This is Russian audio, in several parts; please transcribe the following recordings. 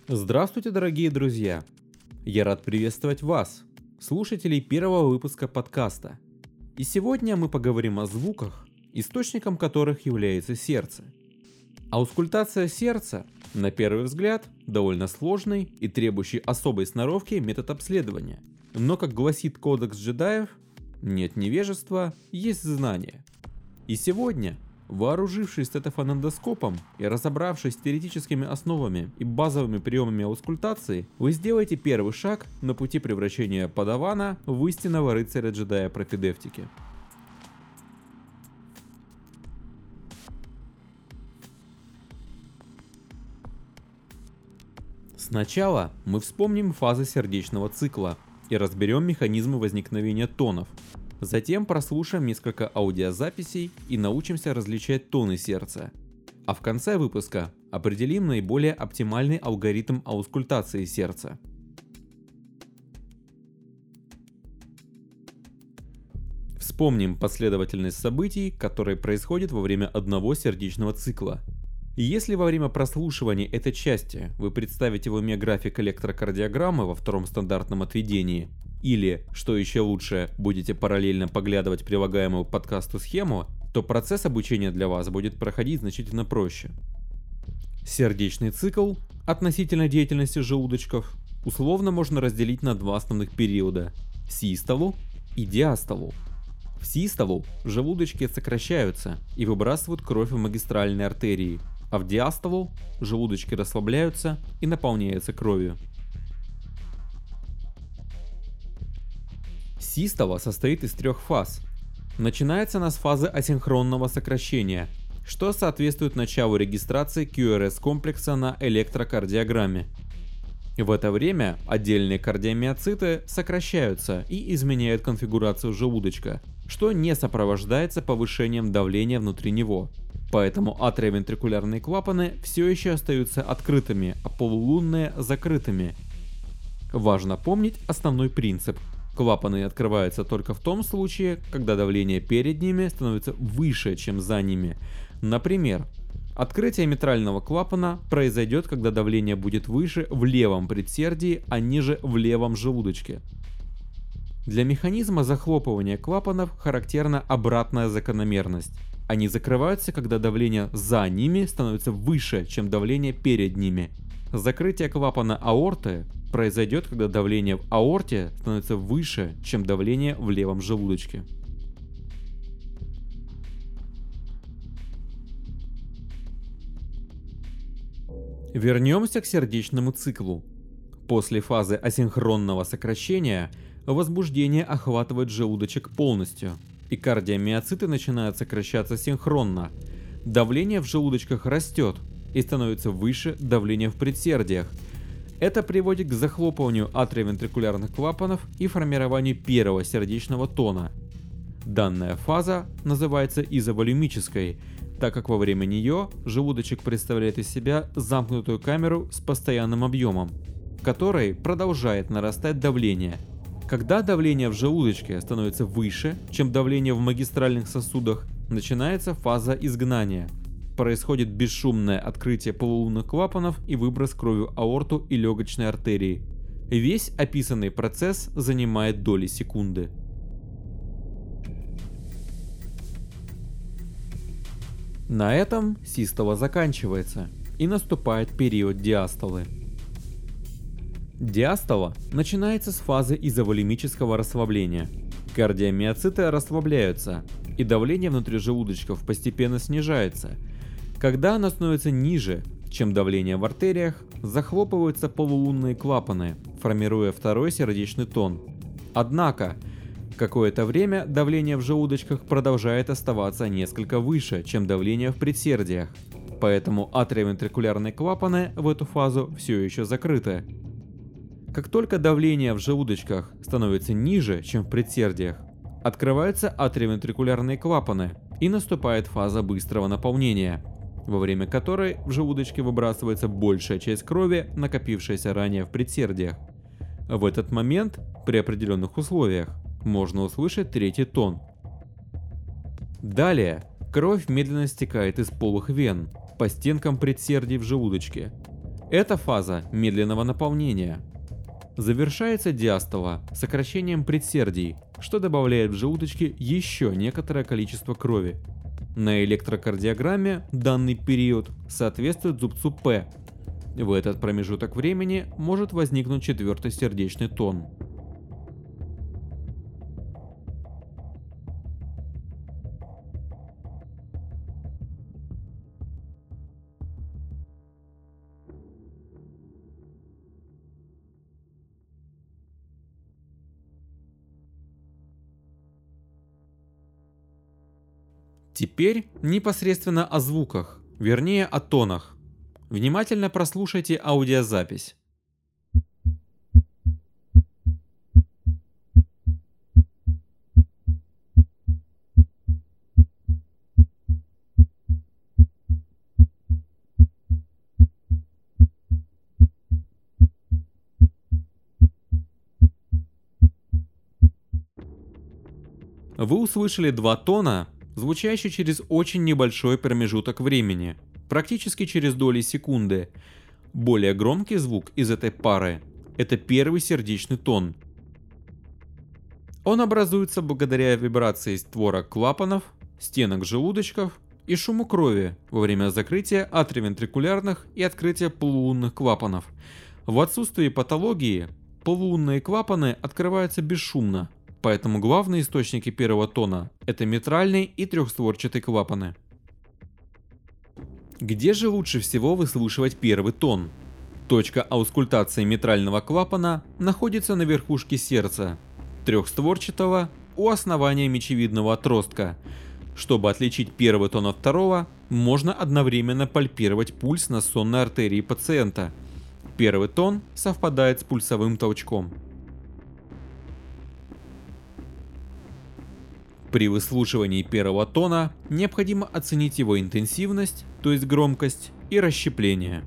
Здравствуйте, дорогие друзья! Я рад приветствовать вас, слушателей первого выпуска подкаста. И сегодня мы поговорим о звуках, источником которых является сердце. Аускультация сердца, на первый взгляд, довольно сложный и требующий особой сноровки метод обследования. Но, как гласит кодекс джедаев, нет невежества, есть знание. И сегодня, вооружившись стетофонендоскопом и разобравшись с теоретическими основами и базовыми приемами аускультации, вы сделаете первый шаг на пути превращения падавана в истинного рыцаря-джедая пропедевтики. Сначала мы вспомним фазы сердечного цикла и разберем механизмы возникновения тонов. Затем прослушаем несколько аудиозаписей и научимся различать тоны сердца. А в конце выпуска определим наиболее оптимальный алгоритм аускультации сердца. Вспомним последовательность событий, которые происходят во время одного сердечного цикла. И если во время прослушивания этой части вы представите в уме график электрокардиограммы во втором стандартном отведении, или, что еще лучше, будете параллельно поглядывать прилагаемую к подкасту схему, то процесс обучения для вас будет проходить значительно проще. Сердечный цикл относительно деятельности желудочков условно можно разделить на два основных периода – систолу и диастолу. В систолу желудочки сокращаются и выбрасывают кровь в магистральные артерии, а в диастолу желудочки расслабляются и наполняются кровью. Систола состоит из трех фаз. Начинается она с фазы асинхронного сокращения, что соответствует началу регистрации QRS-комплекса на электрокардиограмме. В это время отдельные кардиомиоциты сокращаются и изменяют конфигурацию желудочка, что не сопровождается повышением давления внутри него. Поэтому атриовентрикулярные клапаны все еще остаются открытыми, а полулунные – закрытыми. Важно помнить основной принцип. Клапаны открываются только в том случае, когда давление перед ними становится выше, чем за ними. Например, открытие митрального клапана произойдет, когда давление будет выше в левом предсердии, а ниже в левом желудочке. Для механизма захлопывания клапанов характерна обратная закономерность. Они закрываются, когда давление за ними становится выше, чем давление перед ними. Закрытие клапана аорты произойдет, когда давление в аорте становится выше, чем давление в левом желудочке. Вернемся к сердечному циклу. После фазы асинхронного сокращения возбуждение охватывает желудочек полностью, и кардиомиоциты начинают сокращаться синхронно. Давление в желудочках растет и становится выше давления в предсердиях. Это приводит к захлопыванию атриовентрикулярных клапанов и формированию первого сердечного тона. Данная фаза называется изоволюмической, так как во время нее желудочек представляет из себя замкнутую камеру с постоянным объемом, в которой продолжает нарастать давление. Когда давление в желудочке становится выше, чем давление в магистральных сосудах, начинается фаза изгнания. Происходит бесшумное открытие полулунных клапанов и выброс крови в аорту и легочной артерии. Весь описанный процесс занимает доли секунды. На этом систола заканчивается, и наступает период диастолы. Диастола начинается с фазы изоволюмического расслабления. Кардиомиоциты расслабляются, и давление внутри желудочков постепенно снижается. Когда оно становится ниже, чем давление в артериях, захлопываются полулунные клапаны, формируя второй сердечный тон. Однако, какое-то время давление в желудочках продолжает оставаться несколько выше, чем давление в предсердиях, поэтому атриовентрикулярные клапаны в эту фазу все еще закрыты. Как только давление в желудочках становится ниже, чем в предсердиях, открываются атриовентрикулярные клапаны, и наступает фаза быстрого наполнения, во время которой в желудочке выбрасывается большая часть крови, накопившаяся ранее в предсердиях. В этот момент, при определенных условиях, можно услышать третий тон. Далее кровь медленно стекает из полых вен по стенкам предсердий в желудочке. Это фаза медленного наполнения. Завершается диастола сокращением предсердий, что добавляет в желудочке еще некоторое количество крови. На электрокардиограмме данный период соответствует зубцу П. В этот промежуток времени может возникнуть четвертый сердечный тон. Теперь непосредственно о звуках, вернее о тонах. Внимательно прослушайте аудиозапись. Вы услышали два тона, звучащие через очень небольшой промежуток времени, практически через доли секунды. Более громкий звук из этой пары – это первый сердечный тон. Он образуется благодаря вибрации створок клапанов, стенок желудочков и шуму крови во время закрытия атриовентрикулярных и открытия полуулунных клапанов. В отсутствии патологии полуулунные клапаны открываются бесшумно, поэтому главные источники первого тона – это митральный и трехстворчатый клапаны. Где же лучше всего выслушивать первый тон? Точка аускультации митрального клапана находится на верхушке сердца, трехстворчатого у основания мечевидного отростка. Чтобы отличить первый тон от второго, можно одновременно пальпировать пульс на сонной артерии пациента. Первый тон совпадает с пульсовым толчком. При выслушивании первого тона необходимо оценить его интенсивность, то есть громкость, и расщепление.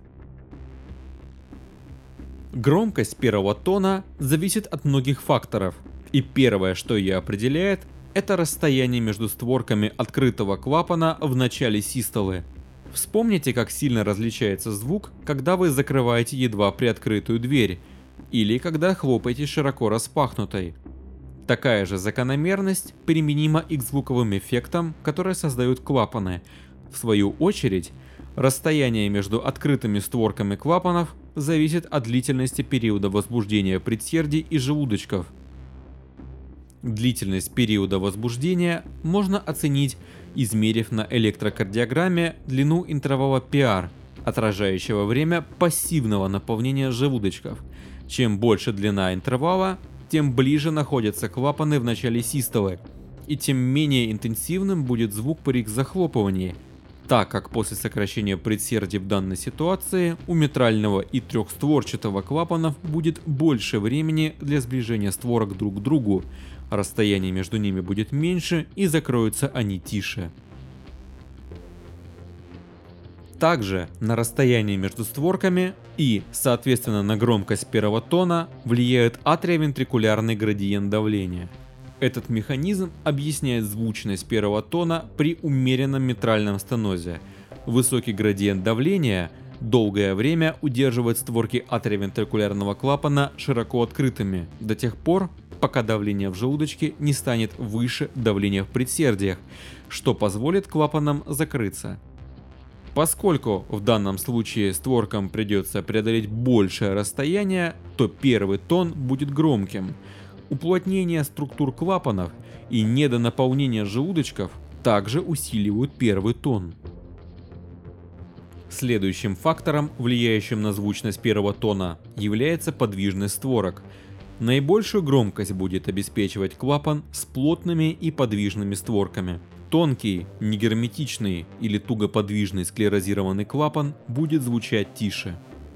Громкость первого тона зависит от многих факторов, и первое, что ее определяет, это расстояние между створками открытого клапана в начале систолы. Вспомните, как сильно различается звук, когда вы закрываете едва приоткрытую дверь, или когда хлопаете широко распахнутой. Такая же закономерность применима и к звуковым эффектам, которые создают клапаны. В свою очередь, расстояние между открытыми створками клапанов зависит от длительности периода возбуждения предсердий и желудочков. Длительность периода возбуждения можно оценить, измерив на электрокардиограмме длину интервала PR, отражающего время пассивного наполнения желудочков. Чем больше длина интервала, тем ближе находятся клапаны в начале систолы, и тем менее интенсивным будет звук при их захлопывании, так как после сокращения предсердий в данной ситуации у митрального и трехстворчатого клапанов будет больше времени для сближения створок друг к другу, расстояние между ними будет меньше и закроются они тише. Также на расстояние между створками и, соответственно, на громкость первого тона влияет атриовентрикулярный градиент давления. Этот механизм объясняет звучность первого тона при умеренном митральном стенозе. Высокий градиент давления долгое время удерживает створки атриовентрикулярного клапана широко открытыми до тех пор, пока давление в желудочке не станет выше давления в предсердиях, что позволит клапанам закрыться. Поскольку в данном случае створкам придется преодолеть большее расстояние, то первый тон будет громким. Уплотнение структур клапанов и недонаполнение желудочков также усиливают первый тон. Следующим фактором, влияющим на звучность первого тона, является подвижность створок. Наибольшую громкость будет обеспечивать клапан с плотными и подвижными створками. Тонкий, негерметичный или тугоподвижный склерозированный клапан будет звучать тише.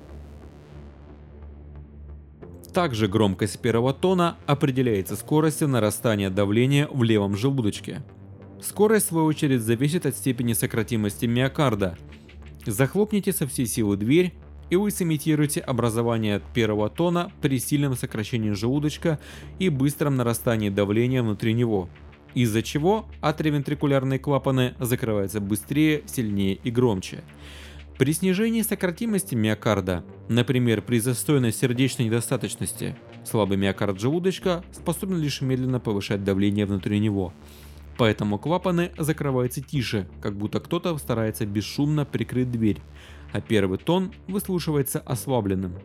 Также громкость первого тона определяется скоростью нарастания давления в левом желудочке. Скорость, в свою очередь, зависит от степени сократимости миокарда. Захлопните со всей силы дверь, и вы сымитируете образование первого тона при сильном сокращении желудочка и быстром нарастании давления внутри него, из-за чего атриовентрикулярные клапаны закрываются быстрее, сильнее и громче. При снижении сократимости миокарда, например, при застойной сердечной недостаточности, слабый миокард желудочка способен лишь медленно повышать давление внутри него. Поэтому клапаны закрываются тише, как будто кто-то старается бесшумно прикрыть дверь, а первый тон выслушивается ослабленным.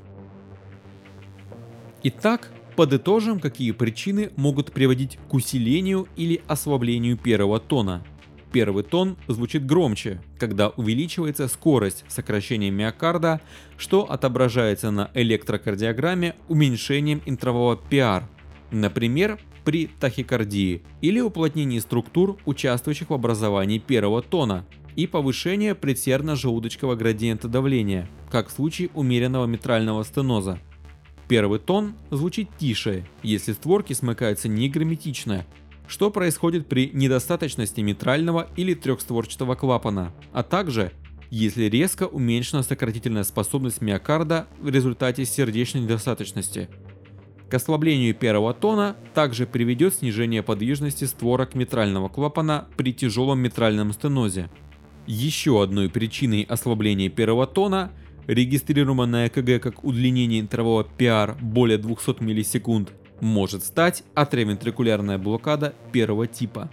Итак, подытожим, какие причины могут приводить к усилению или ослаблению первого тона. Первый тон звучит громче, когда увеличивается скорость сокращения миокарда, что отображается на электрокардиограмме уменьшением интервала PR, например, при тахикардии или уплотнении структур, участвующих в образовании первого тона, и повышение предсердно-желудочкового градиента давления, как в случае умеренного митрального стеноза. Первый тон звучит тише, если створки смыкаются негерметично, что происходит при недостаточности митрального или трехстворчатого клапана, а также если резко уменьшена сократительная способность миокарда в результате сердечной недостаточности. К ослаблению первого тона также приведет снижение подвижности створок митрального клапана при тяжелом митральном стенозе. Еще одной причиной ослабления первого тона, регистрируемого на ЭКГ как удлинение интервала PR более 200 миллисекунд, может стать атриовентрикулярная блокада первого типа.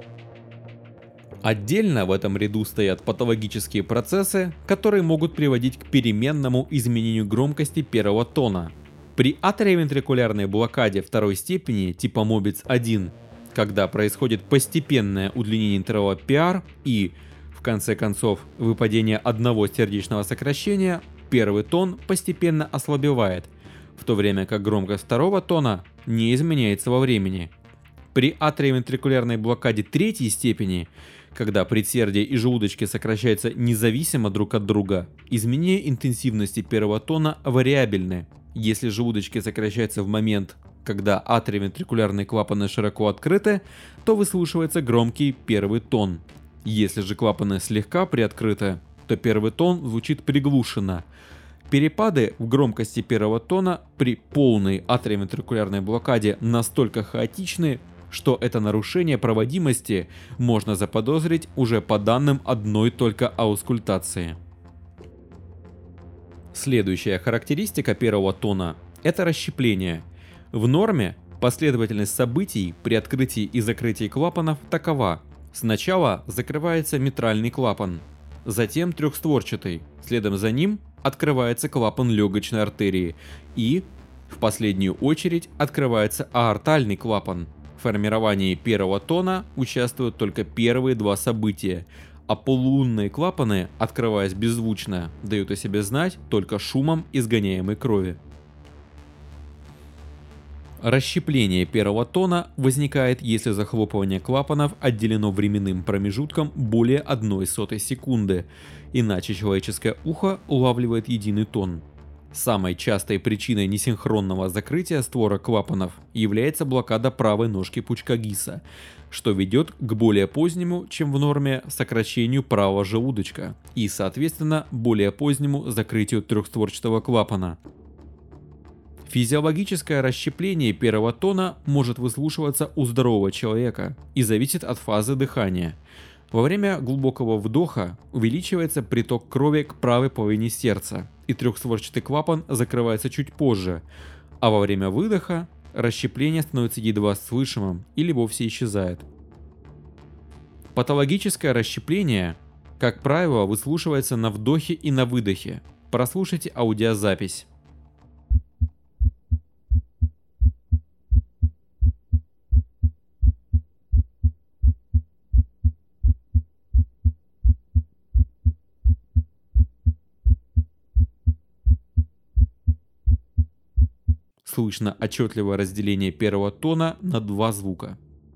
Отдельно в этом ряду стоят патологические процессы, которые могут приводить к переменному изменению громкости первого тона. При атриовентрикулярной блокаде второй степени типа Мобиц 1, когда происходит постепенное удлинение интервала PR и, в конце концов, выпадение одного сердечного сокращения, первый тон постепенно ослабевает, в то время как громкость второго тона не изменяется во времени. При атриовентрикулярной блокаде третьей степени, когда предсердие и желудочки сокращаются независимо друг от друга, изменения интенсивности первого тона вариабельны. Если желудочки сокращаются в момент, когда атриовентрикулярные клапаны широко открыты, то выслушивается громкий первый тон. Если же клапаны слегка приоткрыты, то первый тон звучит приглушенно. Перепады в громкости первого тона при полной атриовентрикулярной блокаде настолько хаотичны, что это нарушение проводимости можно заподозрить уже по данным одной только аускультации. Следующая характеристика первого тона – это расщепление. В норме последовательность событий при открытии и закрытии клапанов такова. Сначала закрывается митральный клапан, затем трехстворчатый, следом за ним открывается клапан легочной артерии и, в последнюю очередь, открывается аортальный клапан. В формировании первого тона участвуют только первые два события, а полулунные клапаны, открываясь беззвучно, дают о себе знать только шумом изгоняемой крови. Расщепление первого тона возникает, если захлопывание клапанов отделено временным промежутком более 0,01 секунды, иначе человеческое ухо улавливает единый тон. Самой частой причиной несинхронного закрытия створок клапанов является блокада правой ножки пучка Гисса, что ведет к более позднему, чем в норме, сокращению правого желудочка и, соответственно, более позднему закрытию трехстворчатого клапана. Физиологическое расщепление первого тона может выслушиваться у здорового человека и зависит от фазы дыхания. Во время глубокого вдоха увеличивается приток крови к правой половине сердца, и трехстворчатый клапан закрывается чуть позже, а во время выдоха расщепление становится едва слышимым или вовсе исчезает. Патологическое расщепление, как правило, выслушивается на вдохе и на выдохе. Прослушайте аудиозапись. Слышно отчетливое разделение первого тона на два звука.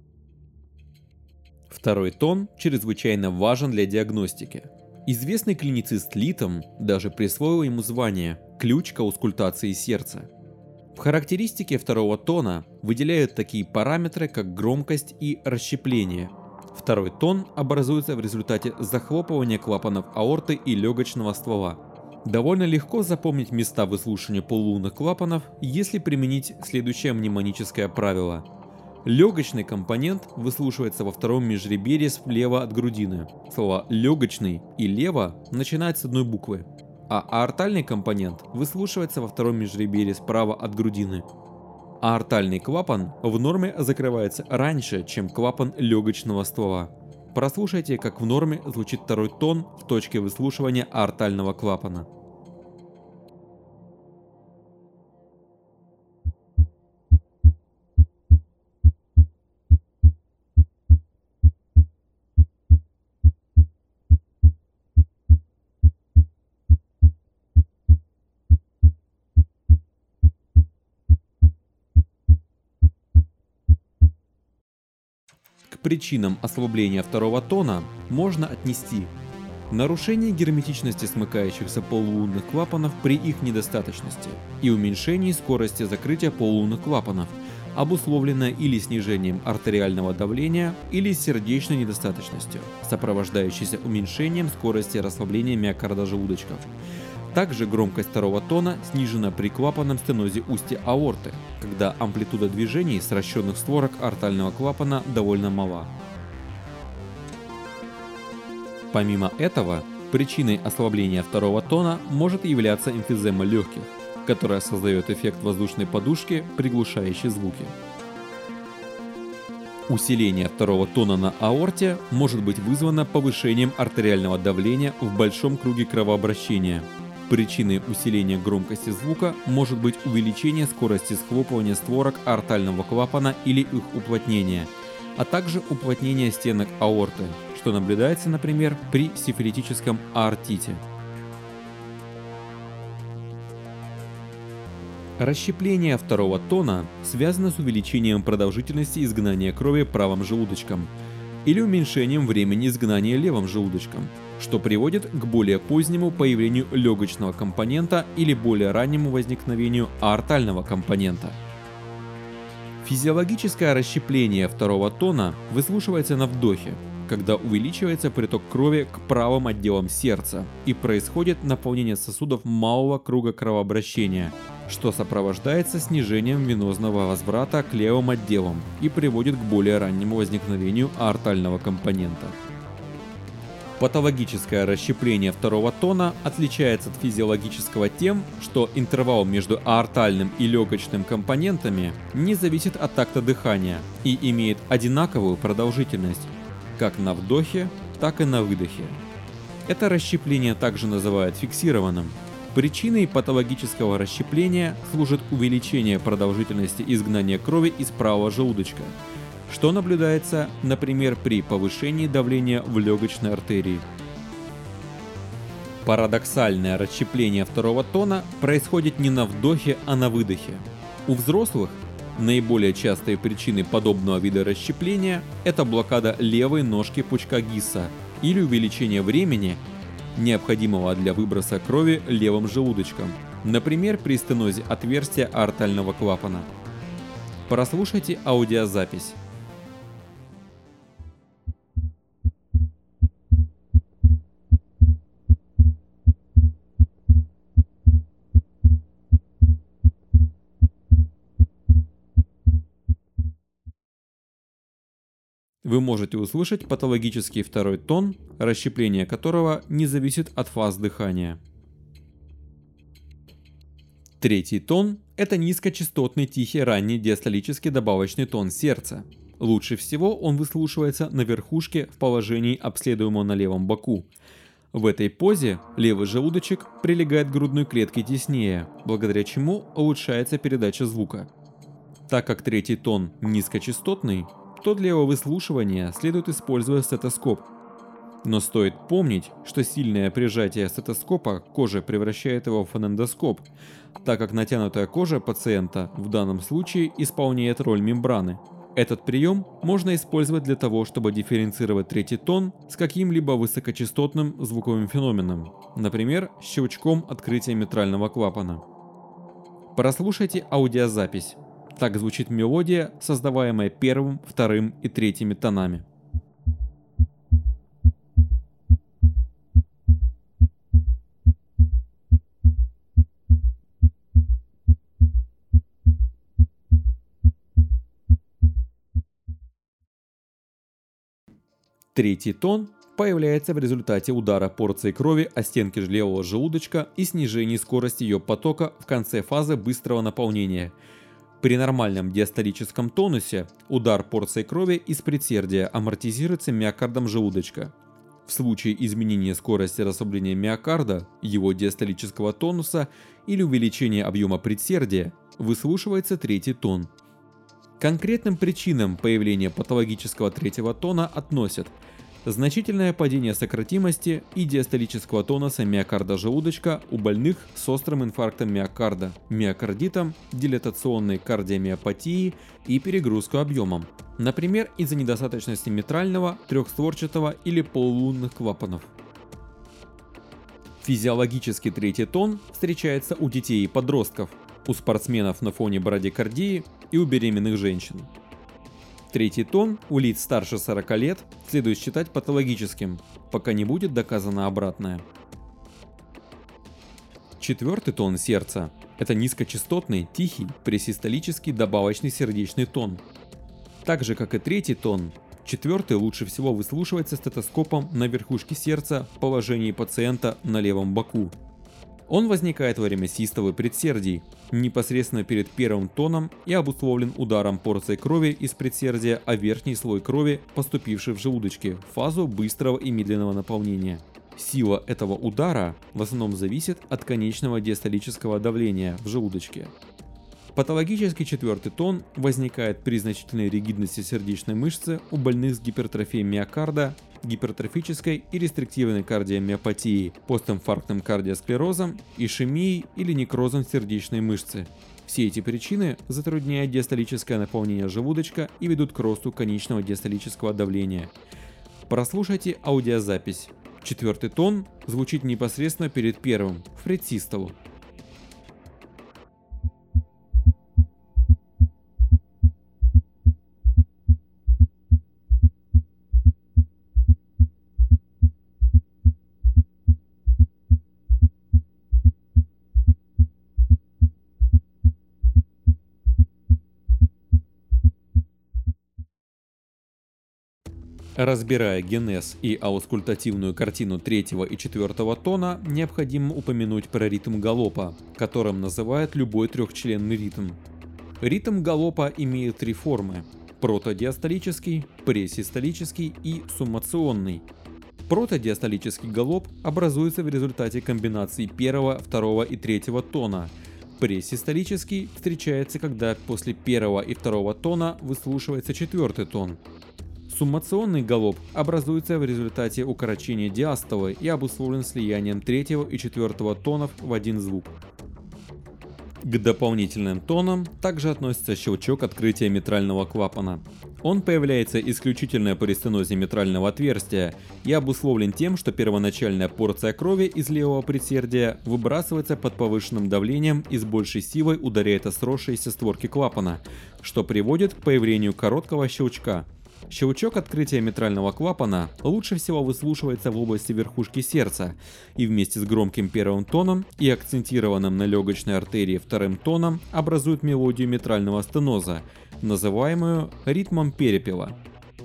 Второй тон чрезвычайно важен для диагностики. Известный клиницист Литтом даже присвоил ему звание «ключ к аускультации сердца». В характеристике второго тона выделяют такие параметры, как громкость и расщепление. Второй тон образуется в результате захлопывания клапанов аорты и легочного ствола. Довольно легко запомнить места выслушивания полулунных клапанов, если применить следующее мнемоническое правило. Легочный компонент выслушивается во втором межреберье слева от грудины. Слова «легочный» и «лево» начинают с одной буквы, а аортальный компонент выслушивается во втором межреберье справа от грудины. Аортальный клапан в норме закрывается раньше, чем клапан легочного ствола. Прослушайте, как в норме звучит второй тон в точке выслушивания аортального клапана. К причинам ослабления второго тона можно отнести нарушение герметичности смыкающихся полулунных клапанов при их недостаточности и уменьшение скорости закрытия полулунных клапанов, обусловленное или снижением артериального давления, или сердечной недостаточностью, сопровождающейся уменьшением скорости расслабления миокарда желудочков. Также громкость второго тона снижена при клапанном стенозе устья аорты, когда амплитуда движений сращенных створок аортального клапана довольно мала. Помимо этого, причиной ослабления второго тона может являться эмфизема легких, которая создает эффект воздушной подушки, приглушающий звуки. Усиление второго тона на аорте может быть вызвано повышением артериального давления в большом круге кровообращения. Причиной усиления громкости звука может быть увеличение скорости схлопывания створок аортального клапана или их уплотнение, а также уплотнение стенок аорты, что наблюдается, например, при сифилитическом аортите. Расщепление второго тона связано с увеличением продолжительности изгнания крови правым желудочком или уменьшением времени изгнания левым желудочком, что приводит к более позднему появлению легочного компонента или более раннему возникновению аортального компонента. Физиологическое расщепление второго тона выслушивается на вдохе, когда увеличивается приток крови к правым отделам сердца и происходит наполнение сосудов малого круга кровообращения, что сопровождается снижением венозного возврата к левым отделам и приводит к более раннему возникновению аортального компонента. Патологическое расщепление второго тона отличается от физиологического тем, что интервал между аортальным и легочным компонентами не зависит от такта дыхания и имеет одинаковую продолжительность, как на вдохе, так и на выдохе. Это расщепление также называют фиксированным. Причиной патологического расщепления служит увеличение продолжительности изгнания крови из правого желудочка, что наблюдается, например, при повышении давления в легочной артерии. Парадоксальное расщепление второго тона происходит не на вдохе, а на выдохе. У взрослых наиболее частые причины подобного вида расщепления – это блокада левой ножки пучка Гисса или увеличение времени, необходимого для выброса крови левым желудочком, например, при стенозе отверстия аортального клапана. Прослушайте аудиозапись. Вы можете услышать патологический второй тон, расщепление которого не зависит от фаз дыхания. Третий тон – это низкочастотный тихий ранний диастолический добавочный тон сердца. Лучше всего он выслушивается на верхушке в положении обследуемого на левом боку. В этой позе левый желудочек прилегает к грудной клетке теснее, благодаря чему улучшается передача звука. Так как третий тон низкочастотный, то для его выслушивания следует использовать стетоскоп. Но стоит помнить, что сильное прижатие стетоскопа к коже превращает его в фонендоскоп, так как натянутая кожа пациента в данном случае исполняет роль мембраны. Этот прием можно использовать для того, чтобы дифференцировать третий тон с каким-либо высокочастотным звуковым феноменом, например, щелчком открытия митрального клапана. Прослушайте аудиозапись. Так звучит мелодия, создаваемая первым, вторым и третьими тонами. Третий тон появляется в результате удара порции крови о стенки левого желудочка и снижения скорости ее потока в конце фазы быстрого наполнения. При нормальном диастолическом тонусе удар порции крови из предсердия амортизируется миокардом желудочка. В случае изменения скорости расслабления миокарда, его диастолического тонуса или увеличения объема предсердия, выслушивается третий тон. К конкретным причинам появления патологического третьего тона относят значительное падение сократимости и диастолического тонуса миокарда желудочка у больных с острым инфарктом миокарда, миокардитом, дилатационной кардиомиопатией и перегрузку объемом, например, из-за недостаточности митрального, трехстворчатого или полулунных клапанов. Физиологический третий тон встречается у детей и подростков, у спортсменов на фоне брадикардии и у беременных женщин. Третий тон у лиц старше 40 лет следует считать патологическим, пока не будет доказано обратное. Четвертый тон сердца – это низкочастотный, тихий, пресистолический добавочный сердечный тон. Так же, как и третий тон, четвертый лучше всего выслушивается стетоскопом на верхушке сердца в положении пациента на левом боку. Он возникает во время систолы предсердий, непосредственно перед первым тоном и обусловлен ударом порции крови из предсердия о верхний слой крови, поступивший в желудочке, в фазу быстрого и медленного наполнения. Сила этого удара в основном зависит от конечного диастолического давления в желудочке. Патологический четвертый тон возникает при значительной ригидности сердечной мышцы у больных с гипертрофией миокарда, гипертрофической и рестриктивной кардиомиопатией, постинфарктным кардиосклерозом, ишемией или некрозом сердечной мышцы. Все эти причины затрудняют диастолическое наполнение желудочка и ведут к росту конечного диастолического давления. Прослушайте аудиозапись. Четвертый тон звучит непосредственно перед первым, в предсистолу. Разбирая генез и аускультативную картину третьего и четвертого тона, необходимо упомянуть про ритм галопа, которым называют любой трехчленный ритм. Ритм галопа имеет три формы – протодиастолический, пресистолический и суммационный. Протодиастолический галоп образуется в результате комбинации первого, второго и третьего тона. Пресистолический встречается, когда после первого и второго тона выслушивается четвертый тон. Суммационный галоп образуется в результате укорочения диастолы и обусловлен слиянием третьего и четвертого тонов в один звук. К дополнительным тонам также относится щелчок открытия митрального клапана. Он появляется исключительно при стенозе митрального отверстия и обусловлен тем, что первоначальная порция крови из левого предсердия выбрасывается под повышенным давлением и с большей силой ударяет о сросшиеся створки клапана, что приводит к появлению короткого щелчка. Щелчок открытия митрального клапана лучше всего выслушивается в области верхушки сердца и вместе с громким первым тоном и акцентированным на легочной артерии вторым тоном образует мелодию митрального стеноза, называемую ритмом перепела.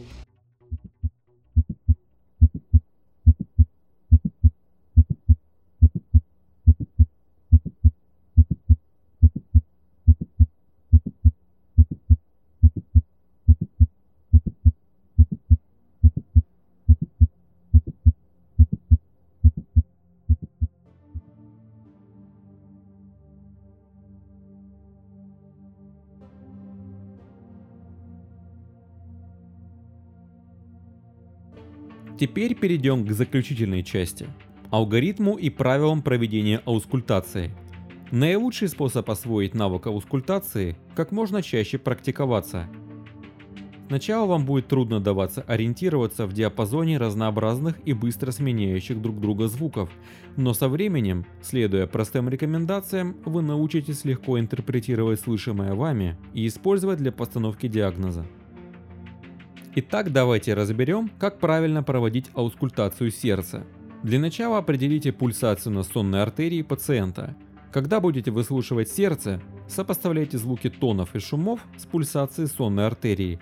Теперь перейдем к заключительной части – алгоритму и правилам проведения аускультации. Наилучший способ освоить навык аускультации – как можно чаще практиковаться. Сначала вам будет трудно даваться ориентироваться в диапазоне разнообразных и быстро сменяющих друг друга звуков, но со временем, следуя простым рекомендациям, вы научитесь легко интерпретировать слышимое вами и использовать для постановки диагноза. Итак, давайте разберем, как правильно проводить аускультацию сердца. Для начала определите пульсацию на сонной артерии пациента. Когда будете выслушивать сердце, сопоставляйте звуки тонов и шумов с пульсацией сонной артерии.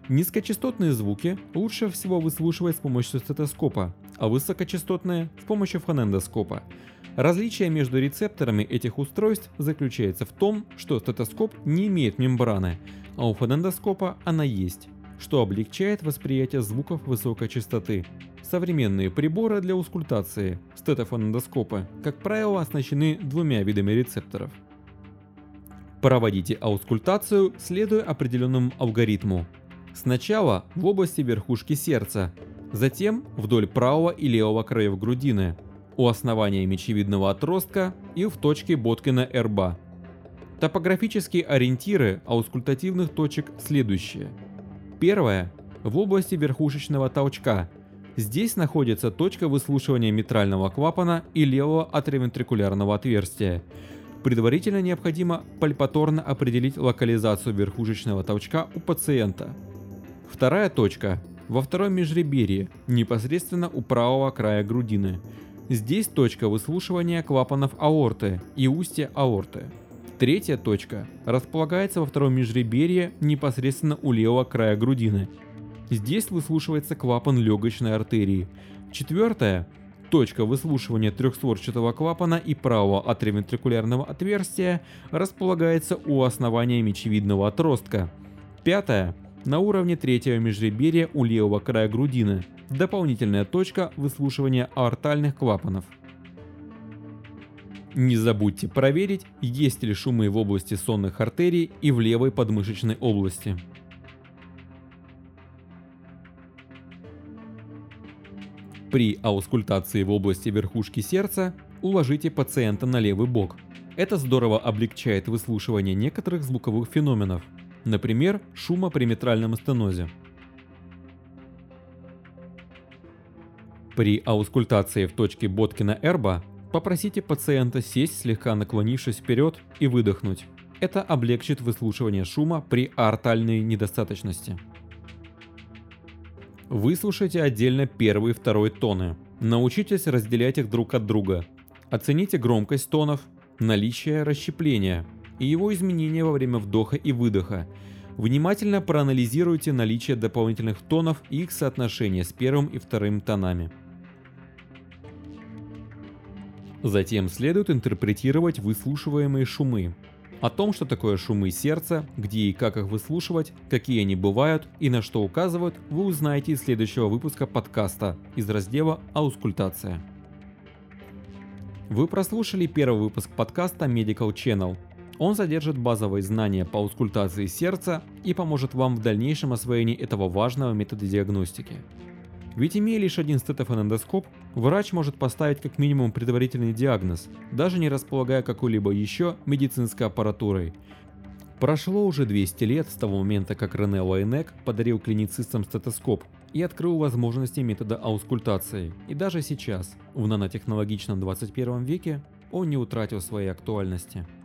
Низкочастотные звуки лучше всего выслушивать с помощью стетоскопа, а высокочастотные – с помощью фонендоскопа. Различие между рецепторами этих устройств заключается в том, что стетоскоп не имеет мембраны, а у фонендоскопа она есть, что облегчает восприятие звуков высокой частоты. Современные приборы для аускультации, стетофонендоскопы, как правило, оснащены двумя видами рецепторов. Проводите аускультацию, следуя определенному алгоритму. Сначала в области верхушки сердца, затем вдоль правого и левого краев грудины, у основания мечевидного отростка и в точке Боткина-Эрба. Топографические ориентиры аускультативных точек следующие. Первое – в области верхушечного толчка. Здесь находится точка выслушивания митрального клапана и левого атриовентрикулярного отверстия. Предварительно необходимо пальпаторно определить локализацию верхушечного толчка у пациента. Вторая точка – во втором межреберье, непосредственно у правого края грудины. Здесь точка выслушивания клапанов аорты и устья аорты. Третья точка располагается во втором межреберье непосредственно у левого края грудины. Здесь выслушивается клапан легочной артерии. Четвертая точка выслушивания трехстворчатого клапана и правого атриовентрикулярного отверстия располагается у основания мечевидного отростка. Пятая на уровне третьего межреберья у левого края грудины. Дополнительная точка выслушивания аортальных клапанов. Не забудьте проверить, есть ли шумы в области сонных артерий и в левой подмышечной области. При аускультации в области верхушки сердца уложите пациента на левый бок. Это здорово облегчает выслушивание некоторых звуковых феноменов, например, шума при митральном стенозе. При аускультации в точке Боткина-Эрба попросите пациента сесть, слегка наклонившись вперед, и выдохнуть. Это облегчит выслушивание шума при аортальной недостаточности. Выслушайте отдельно первый и второй тоны. Научитесь разделять их друг от друга. Оцените громкость тонов, наличие расщепления и его изменения во время вдоха и выдоха. Внимательно проанализируйте наличие дополнительных тонов и их соотношение с первым и вторым тонами. Затем следует интерпретировать выслушиваемые шумы. О том, что такое шумы сердца, где и как их выслушивать, какие они бывают и на что указывают, вы узнаете из следующего выпуска подкаста из раздела «Аускультация». Вы прослушали первый выпуск подкаста Medical Channel. Он содержит базовые знания по аускультации сердца и поможет вам в дальнейшем освоении этого важного метода диагностики. Ведь имея лишь один стетофонендоскоп, врач может поставить как минимум предварительный диагноз, даже не располагая какой-либо еще медицинской аппаратурой. Прошло уже 200 лет с того момента, как Рене Лайнек подарил клиницистам стетоскоп и открыл возможности метода аускультации. И даже сейчас, в нанотехнологичном 21 веке, он не утратил своей актуальности.